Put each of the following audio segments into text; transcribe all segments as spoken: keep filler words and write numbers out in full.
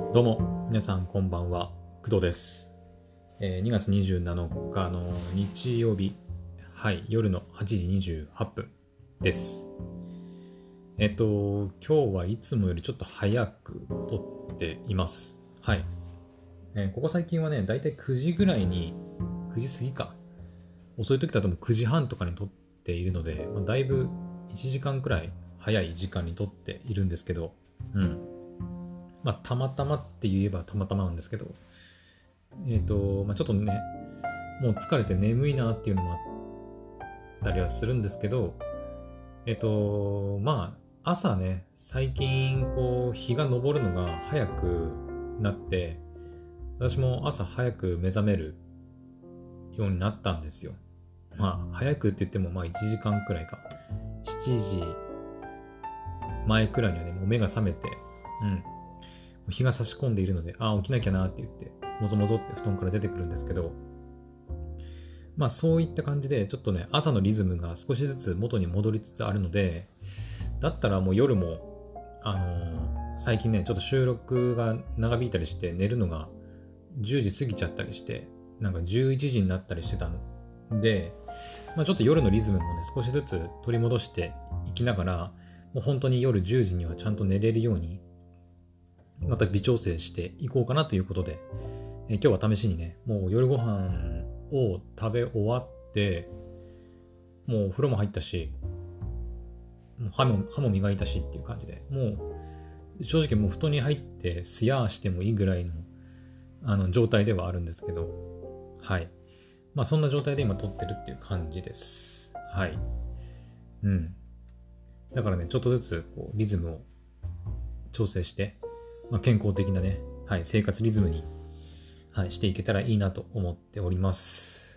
どうも皆さんこんばんは、工藤です。えー、にがつにじゅうしちにちの日曜日、はい夜のはちじにじゅうはっぷんです。えっと今日はいつもよりちょっと早く撮っています。はい、えーここ最近はねだいたいくじぐらいにくじ過ぎか、遅い時だともうくじはんとかに撮っているので、まあ、だいぶいちじかんくらい早い時間に撮っているんですけど、うんまあたまたまって言えばたまたまなんですけど、えっ、と、まあ、ちょっとね、もう疲れて眠いなっていうのもあったりはするんですけど、えっ、と、まあ、朝ね、最近、こう、日が昇るのが早くなって、私も朝早く目覚めるようになったんですよ。まあ、早くって言っても、まあ、いちじかんくらいか。しちじまえくらいにはね、もう目が覚めて、うん。日が差し込んでいるので、ああ、起きなきゃなって言って、もぞもぞって布団から出てくるんですけど、まあそういった感じでちょっとね朝のリズムが少しずつ元に戻りつつあるので、だったらもう夜もあのー最近ねちょっと収録が長引いたりして寝るのがじゅうじ過ぎちゃったりして、なんかじゅういちじになったりしてたんで、まあ、ちょっと夜のリズムもね少しずつ取り戻していきながら、もう本当に夜じゅうじにはちゃんと寝れるようにまた微調整していこうかなということで、え今日は試しにねもう夜ご飯を食べ終わって、もうお風呂も入ったし、もう歯も歯も磨いたしっていう感じで、もう正直もう布団に入ってすやーしてもいいぐらいのあの状態ではあるんですけど、はい。まあそんな状態で今撮ってるっていう感じです。はい。うん。だからね、ちょっとずつこうリズムを調整して、まあ、健康的なね、はい、生活リズムに、はい、していけたらいいなと思っております。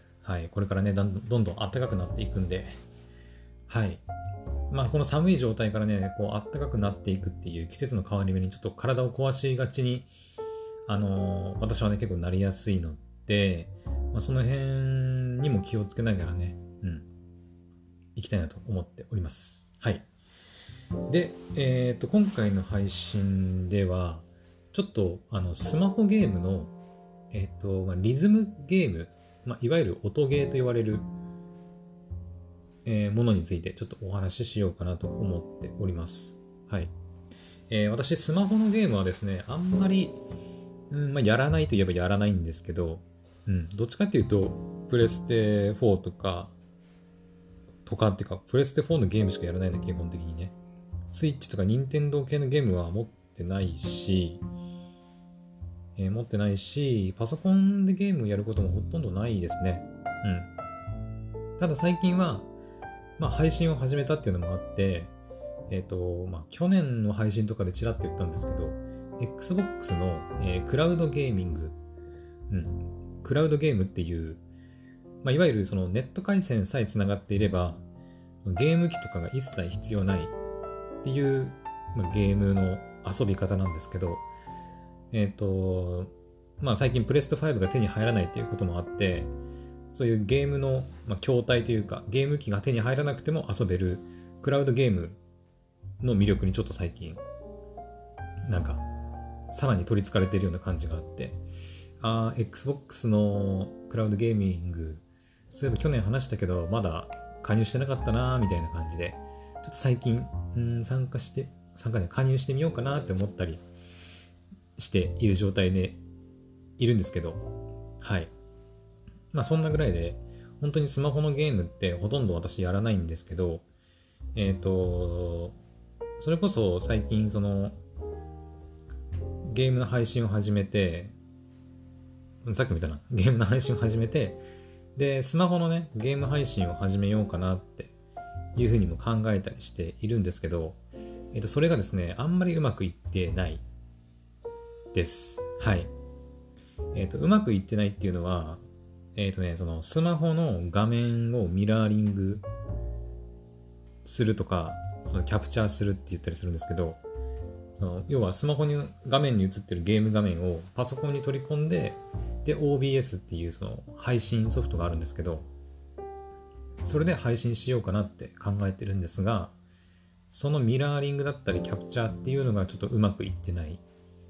はい。これからね、どんどんどん暖かくなっていくんで、はい。まあ、この寒い状態からね、こう、暖かくなっていくっていう季節の変わり目にちょっと体を壊しがちに、あのー私はね、結構なりやすいので、まあ、その辺にも気をつけながらね、うん、いきたいなと思っております。はい。で、えっと、今回の配信では、ちょっと、あの、スマホゲームの、えっと、まあ、リズムゲーム、まあ、いわゆる音ゲーと言われる、えーものについてちょっとお話ししようかなと思っております。はい。えー私、スマホのゲームはですね、あんまり、うんまあ、やらないといえばやらないんですけど、うん、どっちかっていうと、プレステフォーとか、とかっていうか、プレステフォーのゲームしかやらないんだ、基本的にね。スイッチとか任天堂系のゲームは持ってないし、えー持ってないし、パソコンでゲームをやることもほとんどないですね。うん。ただ最近は、まあ、配信を始めたっていうのもあって、えっ、と、まあ、去年の配信とかでちらっと言ったんですけど、Xbox の、えークラウドゲーミング、うん、クラウドゲームっていう、まあ、いわゆるそのネット回線さえつながっていれば、ゲーム機とかが一切必要ないっていう、まあ、ゲームの遊び方なんですけど、えっ、と、まあ最近プレステファイブが手に入らないっていうこともあって、そういうゲームの、まあ、筐体というか、ゲーム機が手に入らなくても遊べるクラウドゲームの魅力にちょっと最近、なんか、さらに取り憑かれているような感じがあって、あー、Xbox のクラウドゲーミング、そういえば去年話したけど、まだ加入してなかったなーみたいな感じで、ちょっと最近、ん参加して、参加で加入してみようかなって思ったりしている状態でいるんですけど、はい。まあそんなぐらいで、本当にスマホのゲームってほとんど私やらないんですけど、えっ、と、それこそ最近そのゲームの配信を始めて、さっきも言ったな、ゲームの配信を始めて、で、スマホのね、ゲーム配信を始めようかなっていうふうにも考えたりしているんですけど、えっ、と、それがですね、あんまりうまくいってないです。はい。えっ、と、うまくいってないっていうのは、えっ、とね、そのスマホの画面をミラーリングするとか、そのキャプチャーするって言ったりするんですけど、その要はスマホに画面に映ってるゲーム画面をパソコンに取り込んで、で オービーエス っていうその配信ソフトがあるんですけど、それで配信しようかなって考えてるんですが、そのミラーリングだったりキャプチャーっていうのがちょっとうまくいってない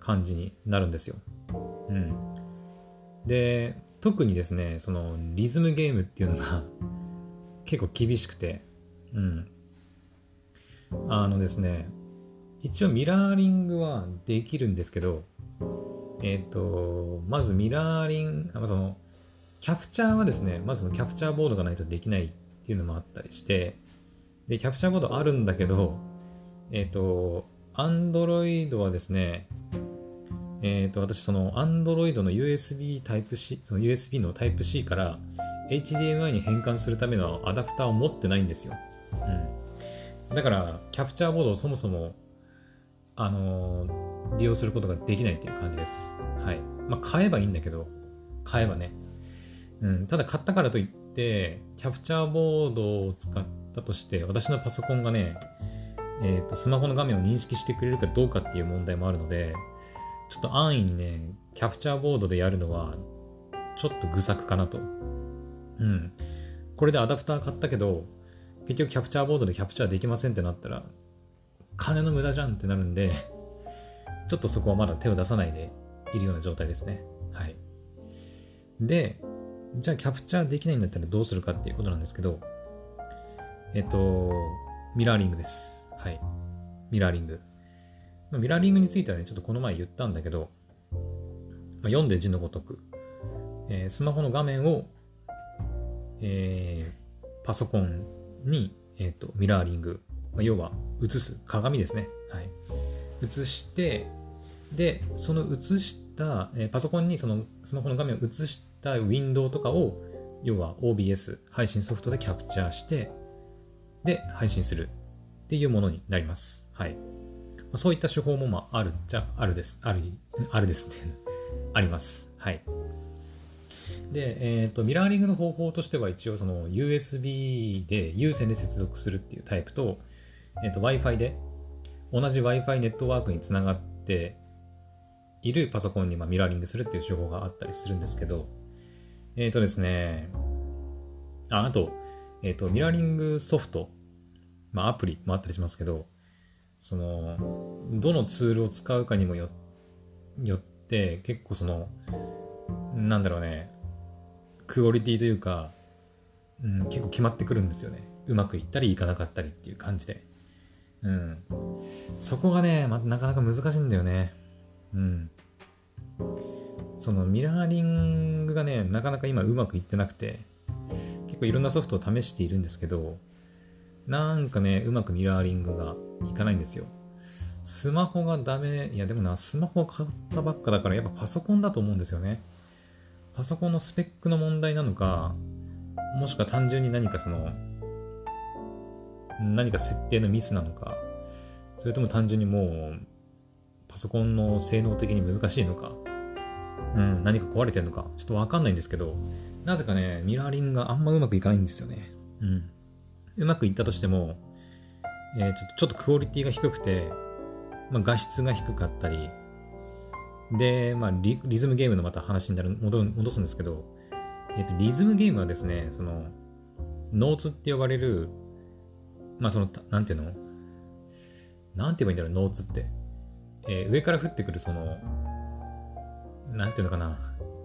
感じになるんですよ。うん。で、特にですね、そのリズムゲームっていうのが結構厳しくて、うん。あのですね、一応ミラーリングはできるんですけど、えっと、まずミラーリング、その、キャプチャーはですね、まずそのキャプチャーボードがないとできないっていうのもあったりして、で、キャプチャーボードあるんだけど、えっと、Android はですね、えっと、私その Android の ユーエスビー Type-C、その ユーエスビー の Type-C から エイチディーエムアイ に変換するためのアダプターを持ってないんですよ。うん。だから、キャプチャーボードをそもそも、あのー、利用することができないっていう感じです。はい。まあ、買えばいいんだけど、買えばね。うん。ただ買ったからといって、キャプチャーボードを使ったとして、私のパソコンがね、えっと、スマホの画面を認識してくれるかどうかっていう問題もあるので、ちょっと安易にね、キャプチャーボードでやるのは、ちょっと愚策かなと。うん。これでアダプター買ったけど、結局キャプチャーボードでキャプチャーできませんってなったら、金の無駄じゃんってなるんで、ちょっとそこはまだ手を出さないでいるような状態ですね。はい。で、じゃあキャプチャーできないんだったらどうするかっていうことなんですけど、えっと、ミラーリングです。はい。ミラーリング。ミラーリングについてはね、ちょっとこの前言ったんだけど、まあ、読んで字のごとく、えー、スマホの画面を、えー、パソコンに、えーと、ミラーリング、まあ、要は映す鏡ですね。はい。映して、で、その映した、えー、パソコンにそのスマホの画面を映したウィンドウとかを、要は オービーエス 配信ソフトでキャプチャーして、で、配信するっていうものになります。はい。そういった手法もまああるっちゃあるです。ある、あるですってあります。はい。で、えっと、ミラーリングの方法としては一応その ユーエスビー で有線で接続するっていうタイプと、えっと、Wi-Fi で同じ Wi-Fi ネットワークにつながっているパソコンにまあミラーリングするっていう手法があったりするんですけど、えっとですね、あ、あと、えっと、ミラーリングソフト、まあアプリもあったりしますけど、そのどのツールを使うかにもよって結構そのなんだろうねクオリティというか、うん、結構決まってくるんですよね。うまくいったりいかなかったりっていう感じで、うん、そこがね、ま、なかなか難しいんだよね。うん、そのミラーリングがねなかなか今うまくいってなくて、結構いろんなソフトを試しているんですけど、なんかねうまくミラーリングがいかないんですよ。スマホがダメ。いやでもな、スマホ買ったばっかだからやっぱパソコンだと思うんですよね。パソコンのスペックの問題なのか、もしくは単純に何かその何か設定のミスなのか、それとも単純にもうパソコンの性能的に難しいのか、うん、何か壊れてるのかちょっとわかんないんですけど、なぜかねミラーリングがあんまうまくいかないんですよね。うん、うまくいったとしても、えー、ちょっとちょっとクオリティが低くて、まあ、画質が低かったりで、まあリ、リズムゲームのまた話になる戻戻すんですけど、えっと、リズムゲームはですね、そのノーツって呼ばれる、まあそのなんていうのなんて言えばいいんだろう、ノーツって、えー、上から降ってくるそのなんていうのかな、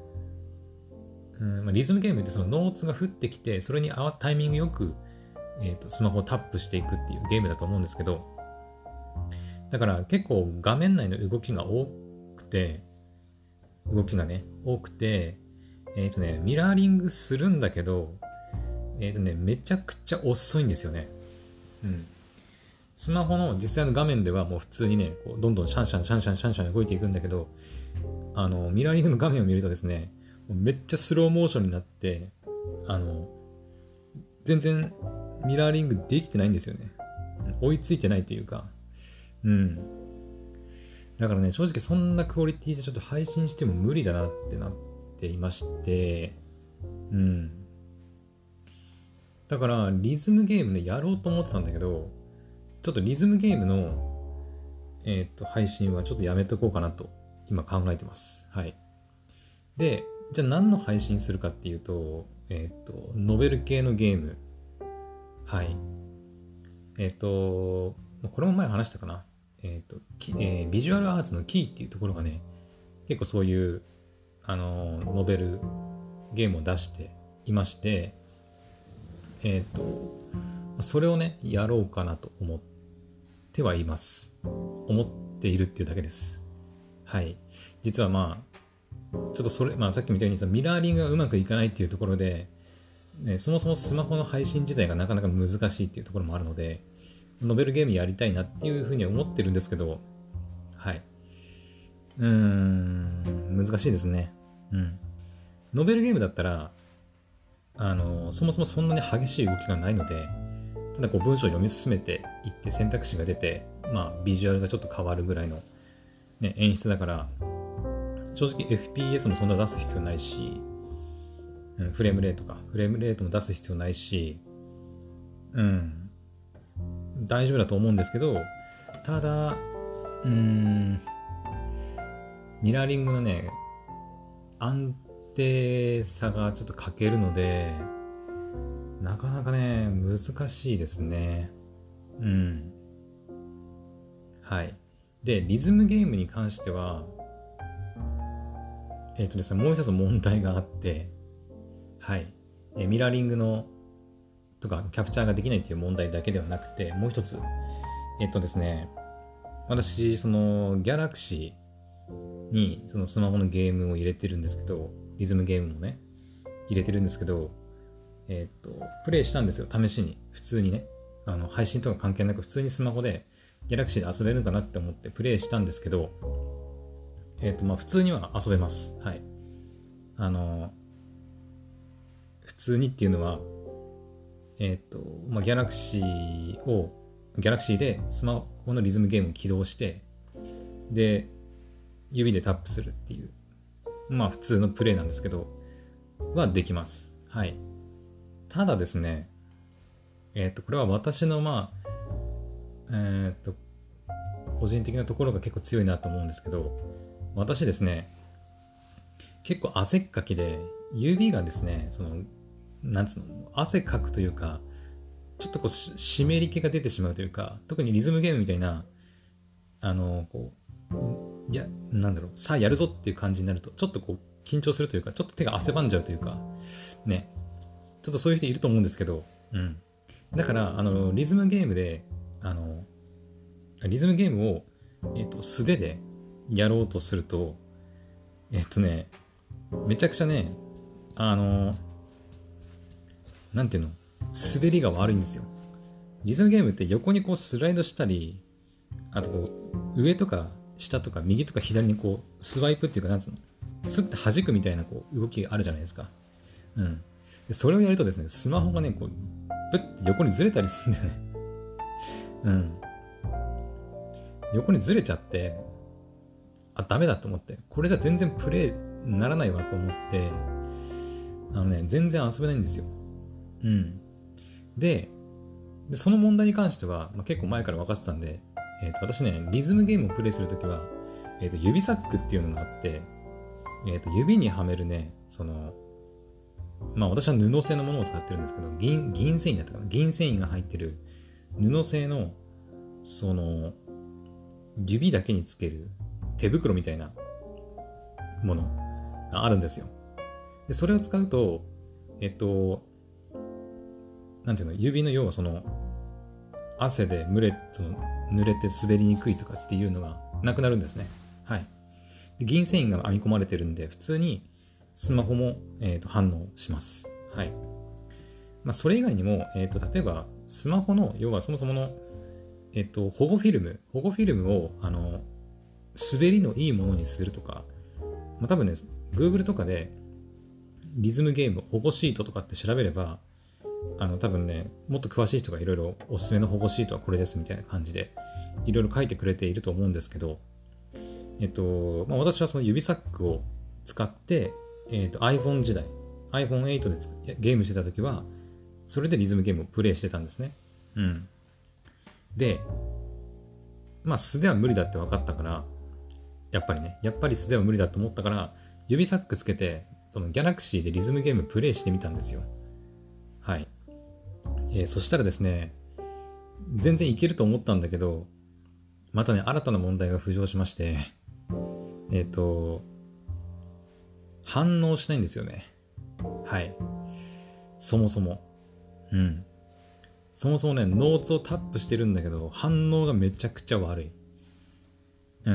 うんまあ、リズムゲームってそのノーツが降ってきて、それに合わタイミングよく、えーと、スマホをタップしていくっていうゲームだと思うんですけど、だから結構画面内の動きが多くて、動きがね、多くて、えっとね、ミラーリングするんだけど、えっとね、めちゃくちゃ遅いんですよね。うん。スマホの実際の画面ではもう普通にね、こうどんどんシャンシャンシャンシャンシャンシャン動いていくんだけど、あの、ミラーリングの画面を見るとですね、めっちゃスローモーションになって、あの、全然ミラーリングできてないんですよね。追いついてないというか、うん。だからね、正直そんなクオリティでちょっと配信しても無理だなってなっていまして、うん。だからリズムゲームでやろうと思ってたんだけど、ちょっとリズムゲームの、えー、と配信はちょっとやめとこうかなと今考えてます。はい。で、じゃあ何の配信するかっていうと、えっ、ー、と、ノベル系のゲーム。はい。えっ、ー、と、これも前話したかな。 えっと、えー、ビジュアルアーツのキーっていうところがね、結構そういう、あのー、ノベルゲームを出していまして、えっと、それをね、やろうかなと思ってはいます。思っているっていうだけです。はい。実はまあ、ちょっとそれ、まあさっきみたいにそのミラーリングがうまくいかないっていうところで、ね、そもそもスマホの配信自体がなかなか難しいっていうところもあるので、ノベルゲームやりたいなっていうふうには思ってるんですけど、はい。うーん、難しいですね。うん。ノベルゲームだったら、あの、そもそもそんなに激しい動きがないので、ただこう文章を読み進めていって選択肢が出て、まあビジュアルがちょっと変わるぐらいの、ね、演出だから、正直 エフピーエス もそんな出す必要ないし、うん、フレームレートか。フレームレートも出す必要ないし、うん、大丈夫だと思うんですけど、ただ、うーん、ミラーリングのね、安定さがちょっと欠けるので、なかなかね、難しいですね。うん。はい。で、リズムゲームに関しては、えっ、ー、とですね、もう一つ問題があって、はい。えー、ミラーリングのとかキャプチャーができないっていう問題だけではなくて、もう一つ、えっ、ー、とですね、私、その、ギャラクシーに、そのスマホのゲームを入れてるんですけど、リズムゲームもね、入れてるんですけど、えっ、ー、と、プレイしたんですよ、試しに。普通にね。あの、配信とか関係なく、普通にスマホで、ギャラクシーで遊べるかなって思ってプレイしたんですけど、えっ、ー、と、まあ、普通には遊べます。はい。あの、普通にっていうのは、えっ、ー、と、まあ、ギャラクシーを、ギャラクシーでスマホのリズムゲームを起動して、で、指でタップするっていう、まあ、普通のプレイなんですけど、はできます。はい。ただですね、えっ、ー、と、これは私の、まあ、えっ、ー、と、個人的なところが結構強いなと思うんですけど、私ですね、結構汗っかきで、指がですね、その、なんつうの、汗かくというか、ちょっとこう、湿り気が出てしまうというか、特にリズムゲームみたいな、あの、こう、いや、なんだろう、さあやるぞっていう感じになると、ちょっとこう、緊張するというか、ちょっと手が汗ばんじゃうというか、ね、ちょっとそういう人いると思うんですけど、うん。だから、あの、リズムゲームで、あの、リズムゲームを、えっと、素手でやろうとすると、えっとね、めちゃくちゃね、あの、なんていうの、滑りが悪いんですよ。リズムゲームって横にこうスライドしたり、あとこう、上とか下とか右とか左にこう、スワイプっていうか、なんつうの、スッて弾くみたいなこう動きがあるじゃないですか。うん。でそれをやるとですね、スマホがね、こう、ブッて横にずれたりするんだよね。うん。横にずれちゃって、あ、ダメだと思って、これじゃ全然プレイならないわと思って、あのね、全然遊べないんですよ。うん。で、でその問題に関しては、まあ、結構前から分かってたんで、えー、と私ね、リズムゲームをプレイするときは、えー、と指サックっていうのがあって、えー、と指にはめるね、その、まあ私は布製のものを使ってるんですけど、銀、銀繊維だったかな、銀繊維が入ってる布製の、その、指だけにつける手袋みたいなものがあるんですよ。で、それを使うと、えっと、なんていうの、指の要はその、汗で蒸れ、その、濡れて滑りにくいとかっていうのがなくなるんですね。はい。で銀繊維が編み込まれてるんで、普通にスマホも、えー、と反応します。はい。まあ、それ以外にも、えー、と例えば、スマホの、要はそもそもの、えっ、ー、と、保護フィルム、保護フィルムを、あの、滑りのいいものにするとか、まあ、多分ね、Google とかで、リズムゲーム、保護シートとかって調べれば、あの多分ね、もっと詳しい人がいろいろおすすめの保護シートはこれですみたいな感じでいろいろ書いてくれていると思うんですけど、えっと、まあ、私はその指サックを使って、えっと、iPhone 時代、アイフォンエイト でゲームしてた時は、それでリズムゲームをプレイしてたんですね。うん。で、まあ素では無理だって分かったから、やっぱりね、やっぱり素では無理だと思ったから、指サックつけて、そのギャラクシーでリズムゲームプレイしてみたんですよ。はい。えー、そしたらですね、全然いけると思ったんだけど、 またね、新たな問題が浮上しまして、えっと、反応しないんですよね。はい。そもそも。うん。そもそもね、ノーツをタップしてるんだけど、反応がめちゃくちゃ悪い。うん。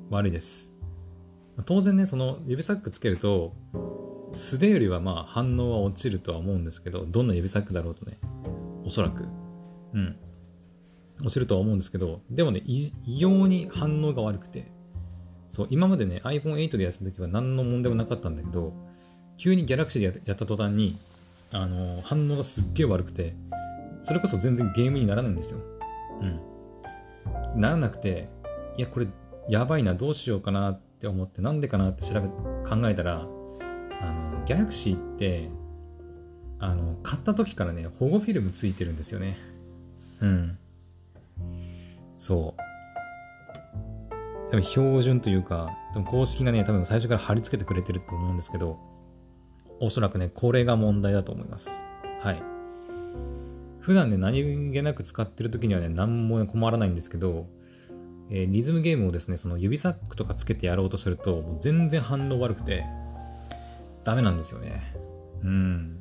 悪いです。当然ね、その指サックつけると、素手よりはまあ反応は落ちるとは思うんですけど、どんな指サックだろうとね、おそらく。うん。落ちるとは思うんですけど、でもね、異様に反応が悪くて、そう、今までね、アイフォンエイト でやった時は何の問題もなかったんだけど、急に Galaxy でやった途端に、あのー、反応がすっげえ悪くて、それこそ全然ゲームにならないんですよ。うん。ならなくて、いや、これやばいな、どうしようかなって思って、なんでかなって調べ、考えたら、あの、Galaxy って、あの、買った時からね、保護フィルムついてるんですよね。うん。そう。多分標準というか、多分公式がね、多分最初から貼り付けてくれてると思うんですけど、おそらくね、これが問題だと思います。はい。普段ね、何気なく使ってる時にはね、何も困らないんですけど、えー、リズムゲームをですね、その指サックとかつけてやろうとすると、もう全然反応悪くて、ダメなんですよね。うん。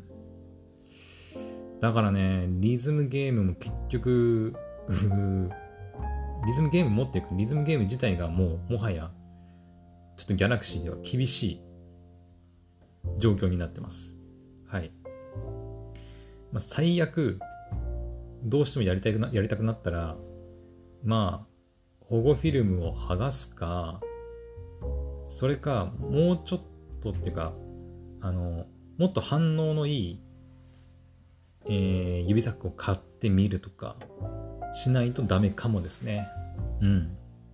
だからね、リズムゲームも結局、リズムゲーム持っていく、リズムゲーム自体がもう、もはや、ちょっとギャラクシーでは厳しい状況になってます。はい。まあ、最悪、どうしてもやりたくな、やりたくなったら、まあ、保護フィルムを剥がすか、それか、もうちょっとっていうか、あの、もっと反応のいい、えー、指サックを買ってみるとか、しないとダメかもですね。うん。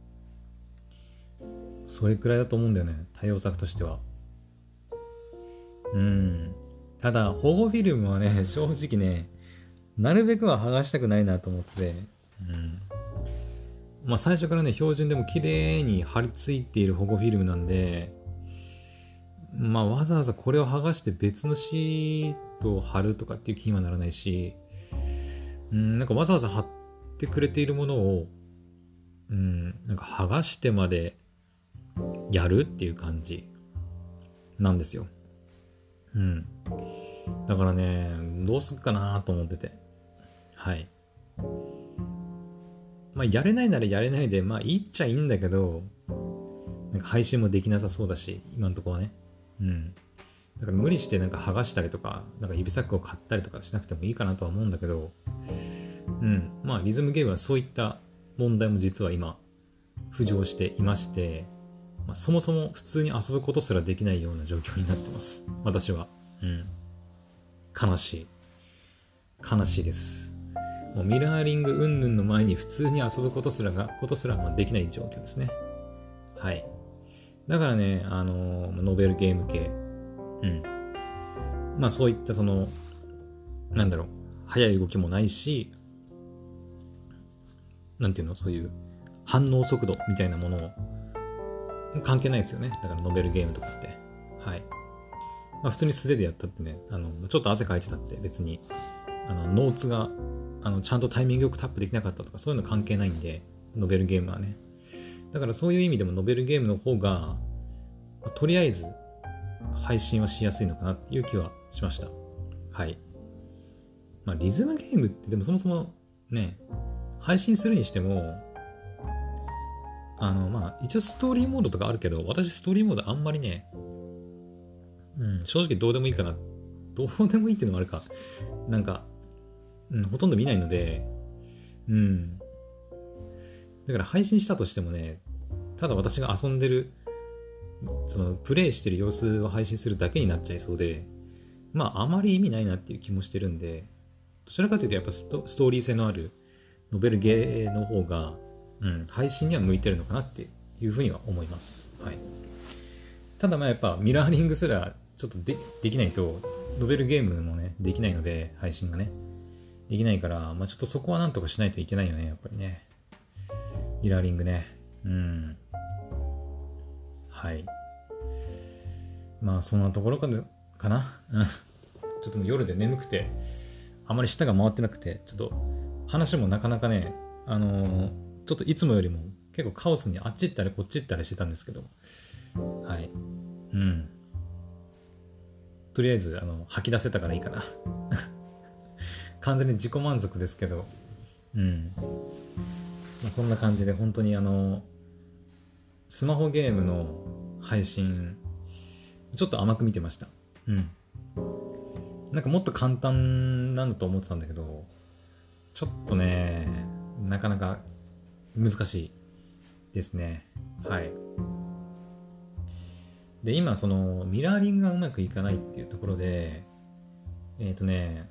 それくらいだと思うんだよね、対応策としては。うん。ただ、保護フィルムはね、正直ね、なるべくは剥がしたくないなと思って、うん。まあ最初からね、標準でも綺麗に貼り付いている保護フィルムなんで、まあわざわざこれを剥がして別のシートを貼るとかっていう気にはならないし、うん、なんかわざわざ貼ってくれているものを、うん、なんか剥がしてまでやるっていう感じなんですよ。うん。だからね、どうすっかなと思ってて。はい。まあ、やれないならやれないで、まあ、いいっちゃいいんだけど、なんか配信もできなさそうだし、今のところはね。うん。だから無理してなんか剥がしたりとか、なんか指サックを買ったりとかしなくてもいいかなとは思うんだけど、うん。まあ、リズムゲームはそういった問題も実は今、浮上していまして、まあ、そもそも普通に遊ぶことすらできないような状況になってます。私は。うん。悲しい。悲しいです。もうミラーリング云々の前に普通に遊ぶことすらが、ことすらまあできない状況ですね。はい。だからね、あのー、ノベルゲーム系。うん。まあそういったその、なんだろう、速い動きもないし、なんていうの、そういう反応速度みたいなものを関係ないですよね。だからノベルゲームとかって。はい。まあ普通に素手でやったってね、あの、ちょっと汗かいてたって別に、あの、ノーツが、あの、ちゃんとタイミングよくタップできなかったとか、そういうの関係ないんで、ノベルゲームはね。だからそういう意味でもノベルゲームの方が、とりあえず配信はしやすいのかなっていう気はしました。はい。まあリズムゲームってでもそもそもね、配信するにしても、あのまあ一応ストーリーモードとかあるけど、私ストーリーモードあんまりね、うん、正直どうでもいいかな。どうでもいいっていうのもあるか。なんか、うん、ほとんど見ないので、うん。だから配信したとしてもね、ただ私が遊んでる、そのプレイしてる様子を配信するだけになっちゃいそうで、まああまり意味ないなっていう気もしてるんで、どちらかというとやっぱスト、ストーリー性のあるノベルゲーの方が、うん、配信には向いてるのかなっていうふうには思います。はい。ただまあやっぱミラーリングすらちょっと で, できないと、ノベルゲームもね、できないので、配信がね、できないから、まあちょっとそこはなんとかしないといけないよね、やっぱりね。ミラーリングね。うん。はい。まあそんなところかでかな。ちょっともう夜で眠くて、あまり舌が回ってなくて、ちょっと話もなかなかね、あのー、 ちょっといつもよりも結構カオスにあっち行ったりこっち行ったりしてたんですけど、はい。うん。とりあえず、あの、吐き出せたからいいかな。完全に自己満足ですけど、うん。まあ、そんな感じで、本当にあの、スマホゲームの配信、ちょっと甘く見てました。うん。なんかもっと簡単なんだと思ってたんだけど、ちょっとね、なかなか難しいですね。はい。で、今、その、ミラーリングがうまくいかないっていうところで、えっとね、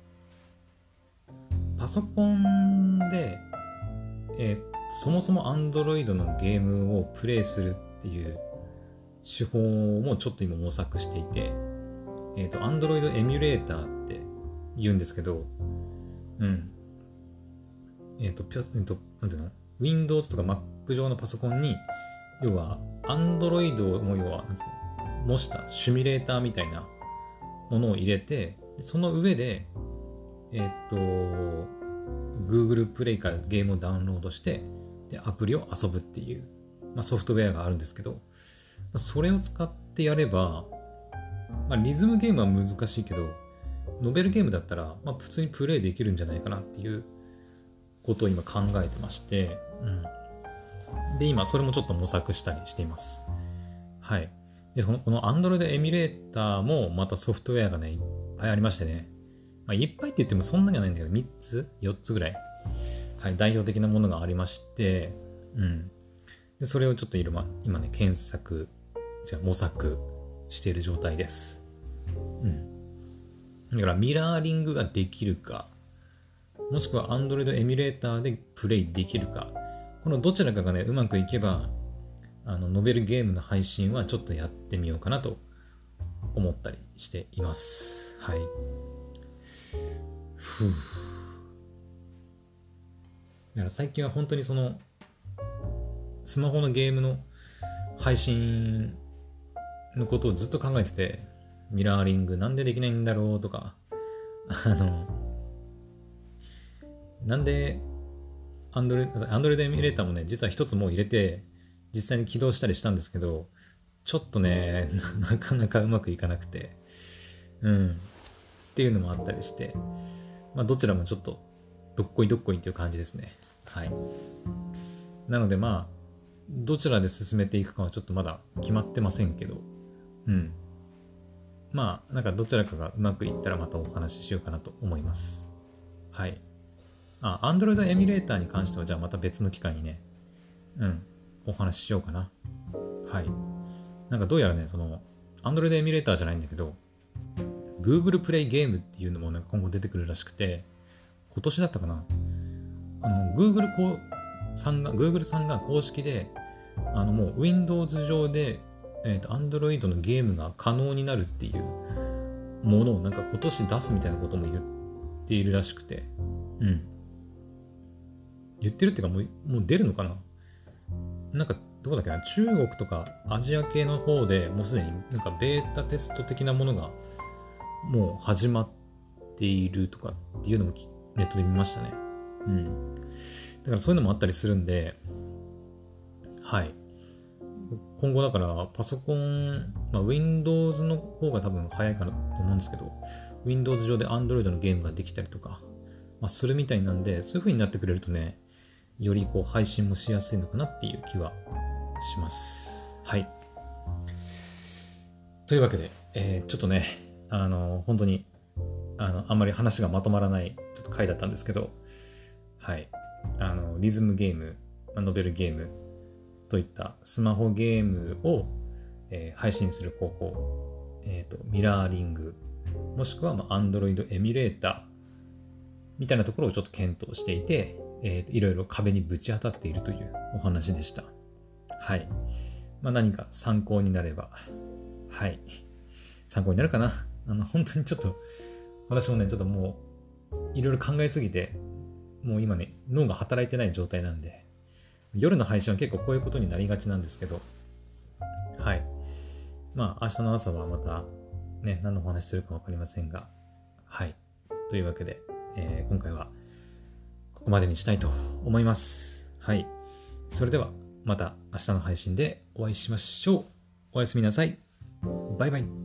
パソコンで、えーそもそも Android のゲームをプレイするっていう手法もちょっと今模索していて、えっと、Android エミュレーターって言うんですけど、うん。えっと、ぴょえっと、なんていうの ?Windows とか Mac 上のパソコンに、要は Android をも要は、なんつうの模したシミュレーターみたいなものを入れて、その上で、えっと、Google プレイからゲームをダウンロードして、で、アプリを遊ぶっていう、まあ、ソフトウェアがあるんですけど、それを使ってやれば、まあ、リズムゲームは難しいけど、ノベルゲームだったら、まあ、普通にプレイできるんじゃないかなっていうことを今考えてまして、うん、で、今それもちょっと模索したりしています。はい。で、この、この Android エミュレーターもまたソフトウェアがね、いっぱいありましてね、まあ、いっぱいって言ってもそんなにはないんだけど、みっつ ?よっ つぐらい、はい、代表的なものがありまして、うん。で、それをちょっと今ね、検索、じゃ模索している状態です。うん。だからミラーリングができるか、もしくは Android エミュレーターでプレイできるか、このどちらかがね、うまくいけば、あの、ノベルゲームの配信はちょっとやってみようかなと思ったりしています。はい。ふう。だから最近は本当にその、スマホのゲームの配信のことをずっと考えてて、ミラーリングなんでできないんだろうとか、あの、なんで Android、Android エミュレーターもね、実は一つもう入れて、実際に起動したりしたんですけど、ちょっとね、なかなかうまくいかなくて、うん、っていうのもあったりして、まあどちらもちょっとどっこいどっこいっていう感じですね。はい。なのでまあ、どちらで進めていくかはちょっとまだ決まってませんけど、うん。まあ、なんかどちらかがうまくいったらまたお話ししようかなと思います。はい。あ、Android エミュレーターに関してはじゃあまた別の機会にね、うん、お話ししようかな。はい。なんかどうやらね、その、Android エミュレーターじゃないんだけど、Google プレイゲームっていうのも、ね、今後出てくるらしくて、今年だったかな。あの、Google こうさんが、Google さんが公式で、あのもう Windows 上で、えーと、Android のゲームが可能になるっていうものをなんか今年出すみたいなことも言っているらしくて、うん。言ってるっていうかもう、もう出るのかな。なんかどこだっけな、中国とかアジア系の方でもうすでになんかベータテスト的なものがもう始まっているとかっていうのもネットで見ましたね。うん。だからそういうのもあったりするんで、はい。今後だからパソコン、まあ、Windows の方が多分早いかなと思うんですけど、Windows 上で Android のゲームができたりとか、まあ、するみたいなんで、そういう風になってくれるとね、よりこう配信もしやすいのかなっていう気はします。はい。というわけで、えー、ちょっとね、あの、本当に、あの、あんまり話がまとまらない、ちょっと回だったんですけど、はい。あの、リズムゲーム、ノベルゲームといったスマホゲームを、えー、配信する方法、えっと、ミラーリング、もしくは、まあ、Android エミュレーターみたいなところをちょっと検討していて、えー、いろいろ壁にぶち当たっているというお話でした。はい。まあ、何か参考になれば、はい。参考になるかな。あの、本当にちょっと、私もね、ちょっともう、いろいろ考えすぎて、もう今ね、脳が働いてない状態なんで、夜の配信は結構こういうことになりがちなんですけど、はい。まあ、明日の朝はまた、ね、何のお話するかわかりませんが、はい。というわけで、えー、今回はここまでにしたいと思います。 はい。それではまた明日の配信でお会いしましょう。おやすみなさい。バイバイ。